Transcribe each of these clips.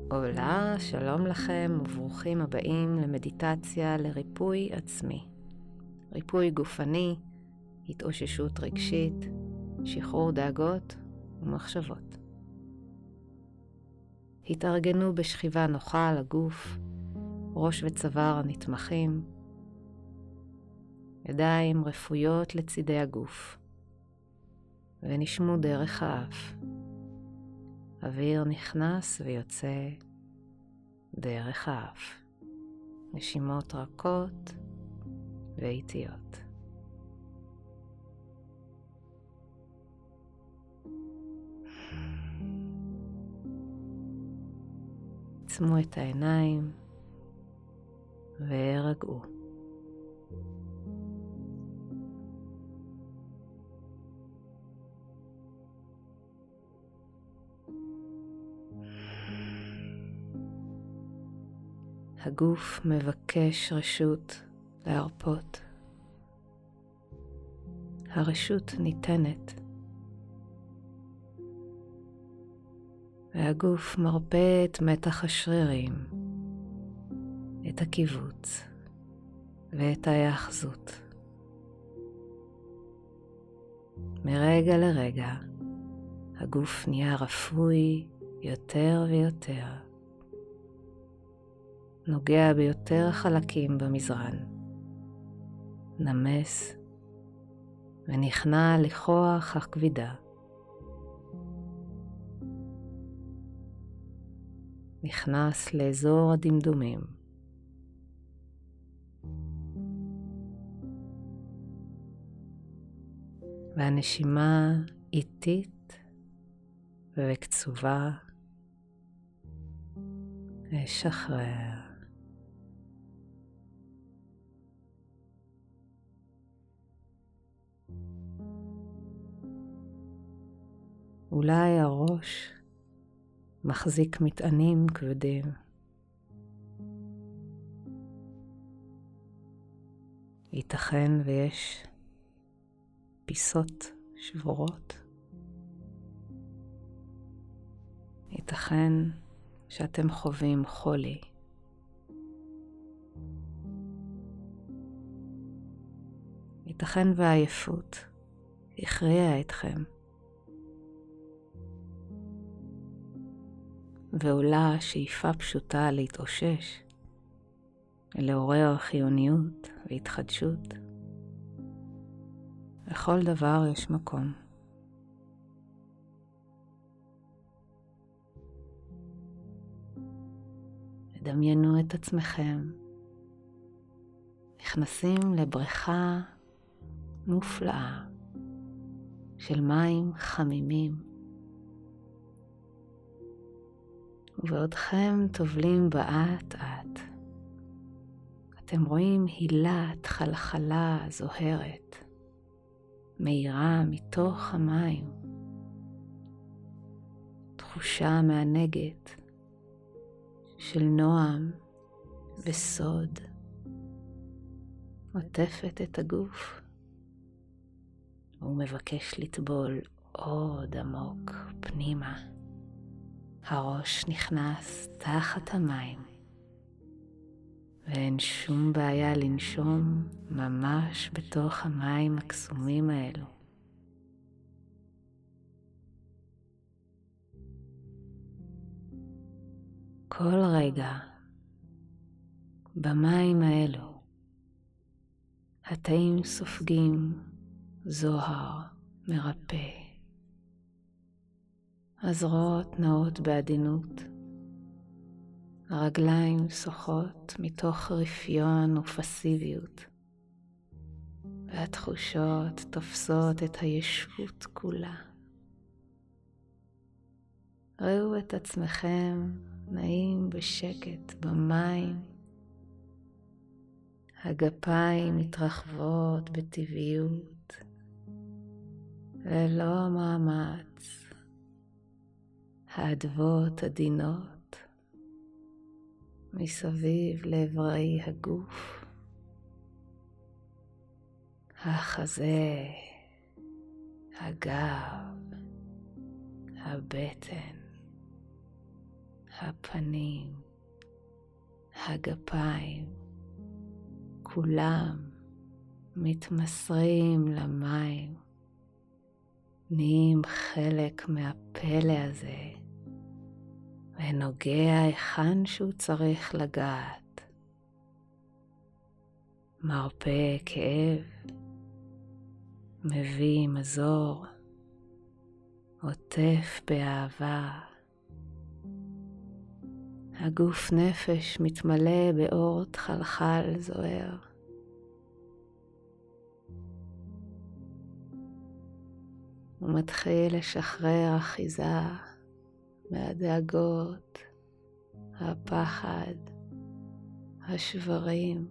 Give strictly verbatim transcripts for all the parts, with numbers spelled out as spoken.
עולה, שלום לכם וברוכים הבאים למדיטציה לריפוי עצמי. ריפוי גופני, התאוששות רגשית, שחרור דאגות ומחשבות. התארגנו בשכיבה נוחה על הגוף, ראש וצוואר נתמכים, ידיים רפויות לצידי הגוף, ונשמו דרך האף. אוויר נכנס ויוצא דרך האף. נשימות רכות ואיטיות. עצמו את העיניים והרגעו. הגוף מבקש רשות להרפות. הרשות ניתנת. והגוף מרפא את מתח השרירים, את הקיבוץ ואת ההיאחזות. מרגע לרגע הגוף נהיה רפוי יותר ויותר. נוגע ביותר חלקים במזרן, נמס ונכנע לכוח הכבידה. נכנס לאזור הדמדומים. והנשימה איטית ובקצובה לשחרר. אולי הראש מחזיק מטענים כבדים. ייתכן ויש פיסות שבורות. ייתכן שאתם חווים חולי. ייתכן והעייפות הכריעה אתכם. ועולה שאיפה פשוטה להתאושש, לעורר חיוניות והתחדשות. לכל דבר יש מקום. דמיינו את עצמכם נכנסים לבריכה מופלאה של מים חמימים, ובעודכם טובלים באט אט. אתם רואים הילת חלחלה זוהרת, מאירה מתוך המים. תחושה מענגת של נועם וסוד עוטפת את הגוף. הוא מבקש לטבול עוד עמוק פנימה. הראש נכנס תחת המים, ואין שום בעיה לנשום ממש בתוך המים הקסומים האלו. כל רגע במים האלו התאים סופגים זוהר מרפא. הזרועות נעות בעדינות, הרגליים שוחות מתוך רפיון ופסיביות, והתחושות תופסות את הישות כולה. ראו את עצמכם נעים בשקט במים, הגפיים מתרחבות בטבעיות, ללא מאמץ. האדוות עדינות מסביב לאיברי הגוף, החזה, הגב, הבטן, הפנים, הגפיים, כולם מתמסרים למים, נהיים חלק מהפלא הזה, ונוגע היכן שהוא צריך לגעת. מרפא כאב, מביא מזור, עוטף באהבה. הגוף נפש מתמלא באור תחלחל זוהר. הוא מתחיל לשחרר אחיזה מהדאגות, הפחד, השברים.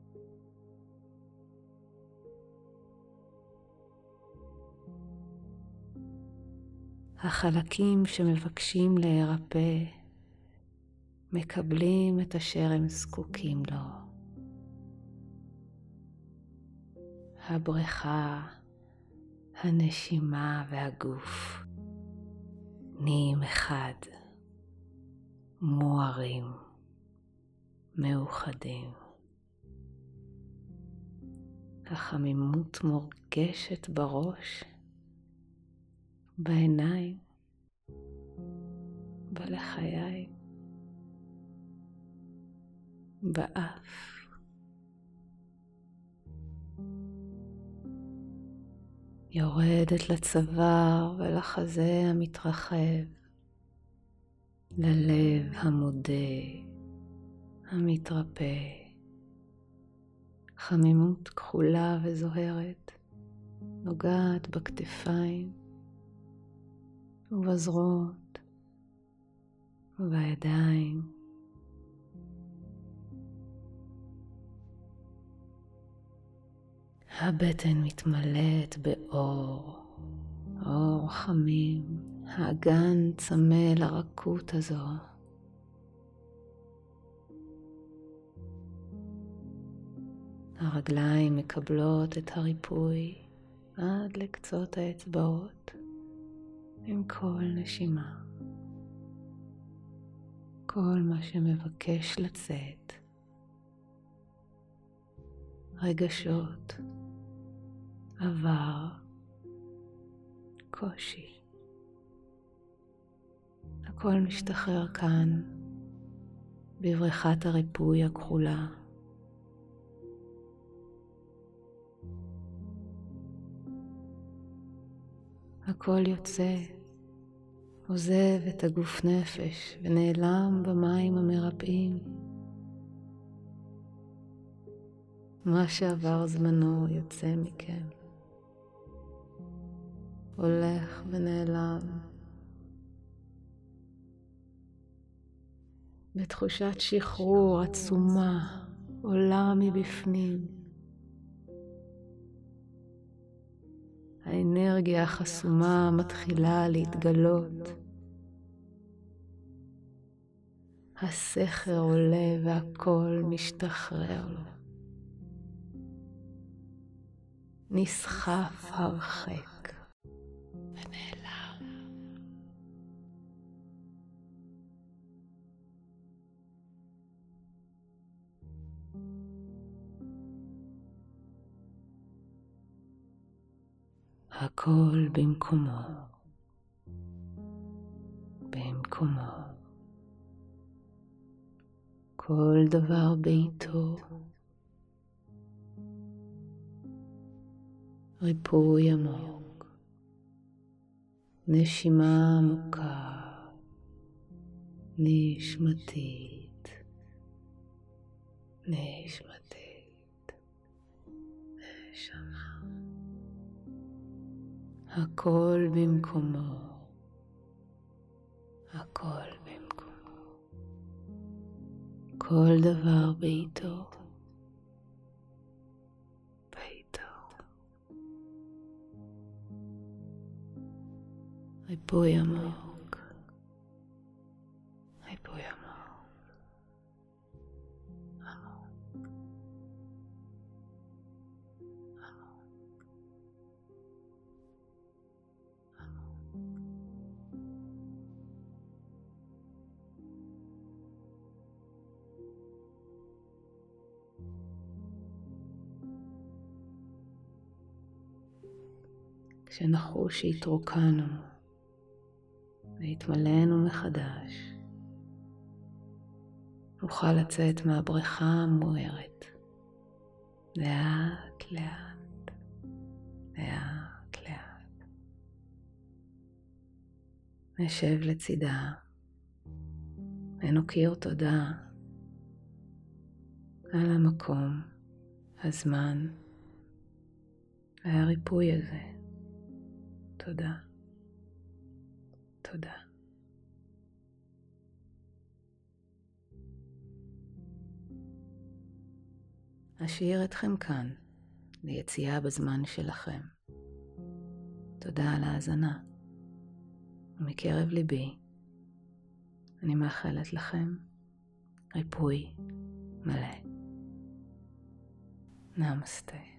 החלקים שמבקשים להירפא מקבלים את אשר הם זקוקים לו. הבריכה, הנשימה והגוף נהיים אחד, מוארים, מאוחדים. החמימות מורגשת בראש, בעיניים, בלחיים, באף. יורדת לצוואר ולחזה המתרחב, ללב המודה, המתרפא. חמימות כחולה וזוהרת נוגעת בכתפיים ובזרועות ובידיים. הבטן מתמלאת באור, אור חמים, האגן צמא לרכות הזו. הרגליים מקבלות את הריפוי עד לקצות האצבעות עם כל נשימה. כל מה שמבקש לצאת, רגשות, עבר, קושי. הכל משתחרר כאן בבריכת הריפוי הכחולה. הכל יוצא, עוזב את הגוף נפש ונעלם במים המרפאים. מה שעבר זמנו יוצא מכם, הולך ונעלם. בתחושת שחרור עצומה עולה מבפנים. האנרגיה החסומה מתחילה להתגלות. הסכר עולה והכל משתחרר לו. נסחף הרחק ונעלם. הכל במקומו, במקומו. כל דבר בעיתו. ריפוי עמוק, נשימה עמוקה, נשמתית, נשמתית, נשמה. הכל במקומו, הכל במקומו. כל דבר בעיתו. ריפוי עמוק, ריפוי עמוק, עמוק, עמוק, עמוק. כשנחוש שהתרוקנו והתמלאנו מחדש, נוכל לצאת מהבריכה המוארת, לאט לאט, לאט לאט. נשב לצידה ונוקיר תודה על המקום, הזמן והריפוי הזה. תודה. תודה. אשאיר אתכם כאן ליציאה בזמן שלכם. תודה על ההאזנה. ומקרב ליבי אני מאחלת לכם ריפוי מלא. נמסטה.